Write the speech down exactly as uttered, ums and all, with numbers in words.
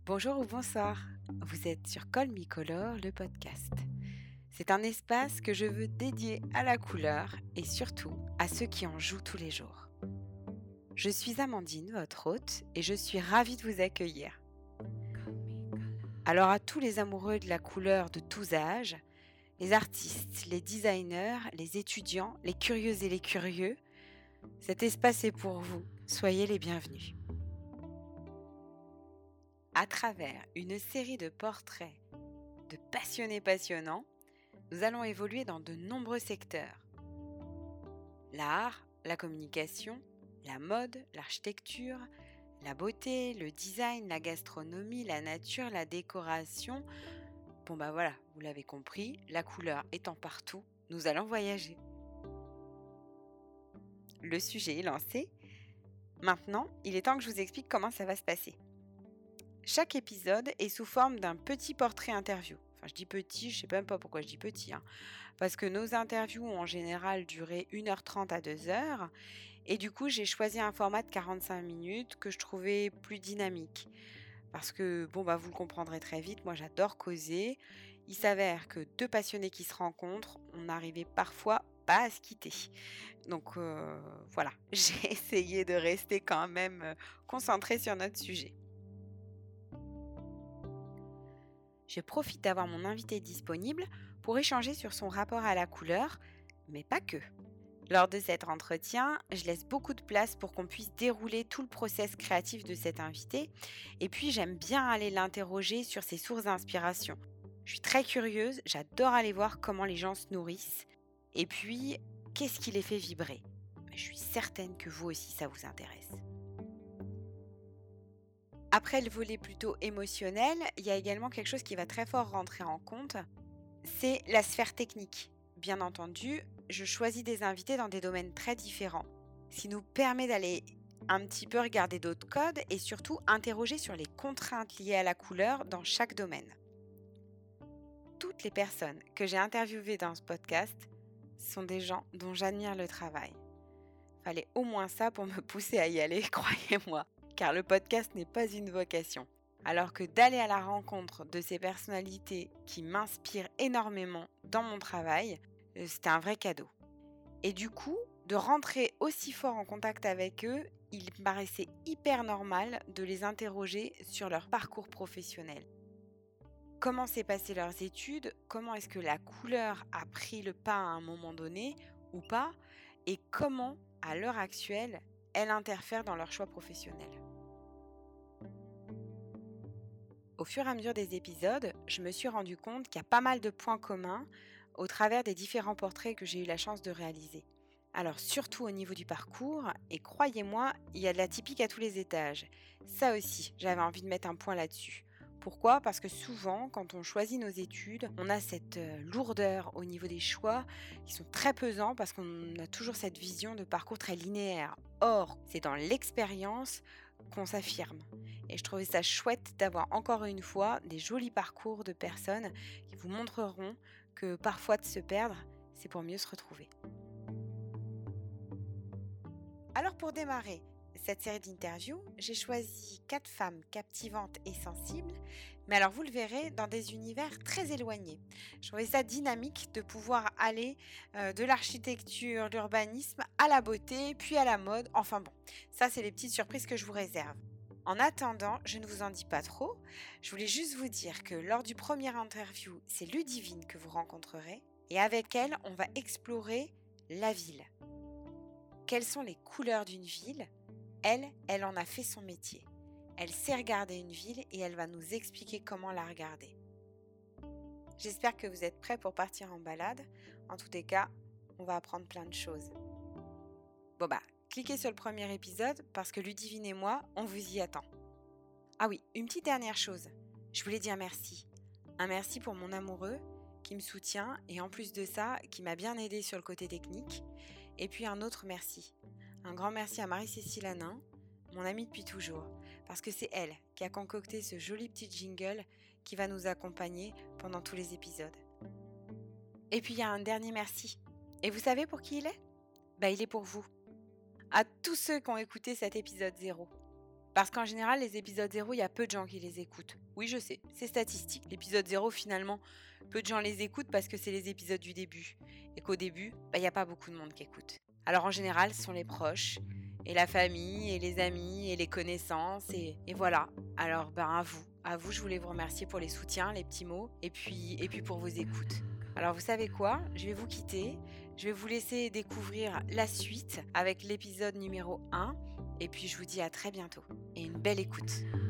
Bonjour ou bonsoir, vous êtes sur Call Me Color, le podcast. C'est un espace que je veux dédier à la couleur et surtout à ceux qui en jouent tous les jours. Je suis Amandine, votre hôte, et je suis ravie de vous accueillir. Alors à tous les amoureux de la couleur de tous âges, les artistes, les designers, les étudiants, les curieuses et les curieux, cet espace est pour vous, soyez les bienvenus. À travers une série de portraits de passionnés passionnants, nous allons évoluer dans de nombreux secteurs. L'art, la communication, la mode, l'architecture, la beauté, le design, la gastronomie, la nature, la décoration. Bon bah voilà, vous l'avez compris, la couleur étant partout, nous allons voyager. Le sujet est lancé. Maintenant, il est temps que je vous explique comment ça va se passer. Chaque épisode est sous forme d'un petit portrait interview. Enfin, je dis petit, je sais même pas pourquoi je dis petit, hein. Parce que nos interviews ont en général duré une heure trente à deux heures. Et du coup, j'ai choisi un format de quarante-cinq minutes que je trouvais plus dynamique. Parce que, bon, bah, vous le comprendrez très vite, moi j'adore causer. Il s'avère que deux passionnés qui se rencontrent, on n'arrivait parfois pas à se quitter. Donc euh, voilà, j'ai essayé de rester quand même euh, concentrée sur notre sujet. Je profite d'avoir mon invité disponible pour échanger sur son rapport à la couleur, mais pas que. Lors de cet entretien, je laisse beaucoup de place pour qu'on puisse dérouler tout le process créatif de cet invité, et puis j'aime bien aller l'interroger sur ses sources d'inspiration. Je suis très curieuse, j'adore aller voir comment les gens se nourrissent, et puis qu'est-ce qui les fait vibrer. Je suis certaine que vous aussi ça vous intéresse. Après le volet plutôt émotionnel, il y a également quelque chose qui va très fort rentrer en compte, c'est la sphère technique. Bien entendu, je choisis des invités dans des domaines très différents, ce qui nous permet d'aller un petit peu regarder d'autres codes et surtout interroger sur les contraintes liées à la couleur dans chaque domaine. Toutes les personnes que j'ai interviewées dans ce podcast sont des gens dont j'admire le travail. Fallait au moins ça pour me pousser à y aller, croyez-moi. Car le podcast n'est pas une vocation. Alors que d'aller à la rencontre de ces personnalités qui m'inspirent énormément dans mon travail, c'était un vrai cadeau. Et du coup, de rentrer aussi fort en contact avec eux, il me paraissait hyper normal de les interroger sur leur parcours professionnel. Comment s'est passé leurs études? Comment est-ce que la couleur a pris le pas à un moment donné ou pas? Et comment, à l'heure actuelle, elle interfère dans leur choix professionnel. Au fur et à mesure des épisodes, je me suis rendu compte qu'il y a pas mal de points communs au travers des différents portraits que j'ai eu la chance de réaliser. Alors surtout au niveau du parcours, et croyez-moi, il y a de la typique à tous les étages. Ça aussi, j'avais envie de mettre un point là-dessus. Pourquoi ? Parce que souvent, quand on choisit nos études, on a cette euh, lourdeur au niveau des choix qui sont très pesants parce qu'on a toujours cette vision de parcours très linéaire. Or, c'est dans l'expérience qu'on s'affirme. Et je trouvais ça chouette d'avoir encore une fois des jolis parcours de personnes qui vous montreront que parfois de se perdre, c'est pour mieux se retrouver. Alors pour démarrer cette série d'interviews, j'ai choisi quatre femmes captivantes et sensibles, mais alors vous le verrez dans des univers très éloignés. Je trouvais ça dynamique de pouvoir aller euh, de l'architecture, l'urbanisme, à la beauté, puis à la mode. Enfin bon, ça c'est les petites surprises que je vous réserve. En attendant, je ne vous en dis pas trop. Je voulais juste vous dire que lors du premier interview, c'est Ludivine que vous rencontrerez, et avec elle, on va explorer la ville. Quelles sont les couleurs d'une ville ? Elle, elle en a fait son métier. Elle sait regarder une ville et elle va nous expliquer comment la regarder. J'espère que vous êtes prêts pour partir en balade. En tous les cas, on va apprendre plein de choses. Bon bah, cliquez sur le premier épisode parce que Ludivine et moi, on vous y attend. Ah oui, une petite dernière chose. Je voulais dire merci. Un merci pour mon amoureux qui me soutient et en plus de ça, qui m'a bien aidé sur le côté technique. Et puis un autre merci. Un grand merci à Marie-Cécile Hanin, mon amie depuis toujours, parce que c'est elle qui a concocté ce joli petit jingle qui va nous accompagner pendant tous les épisodes. Et puis il y a un dernier merci. Et vous savez pour qui il est ? Bah il est pour vous. À tous ceux qui ont écouté cet épisode zéro. Parce qu'en général, les épisodes zéro, il y a peu de gens qui les écoutent. Oui, je sais, c'est statistique. L'épisode zéro, finalement, peu de gens les écoutent parce que c'est les épisodes du début. Et qu'au début, bah, il n'y a pas beaucoup de monde qui écoute. Alors en général, ce sont les proches, et la famille, et les amis, et les connaissances, et, et voilà. Alors ben, à vous, à vous, je voulais vous remercier pour les soutiens, les petits mots, et puis, et puis pour vos écoutes. Alors vous savez quoi? Je vais vous quitter, je vais vous laisser découvrir la suite avec l'épisode numéro un, et puis je vous dis à très bientôt, et une belle écoute.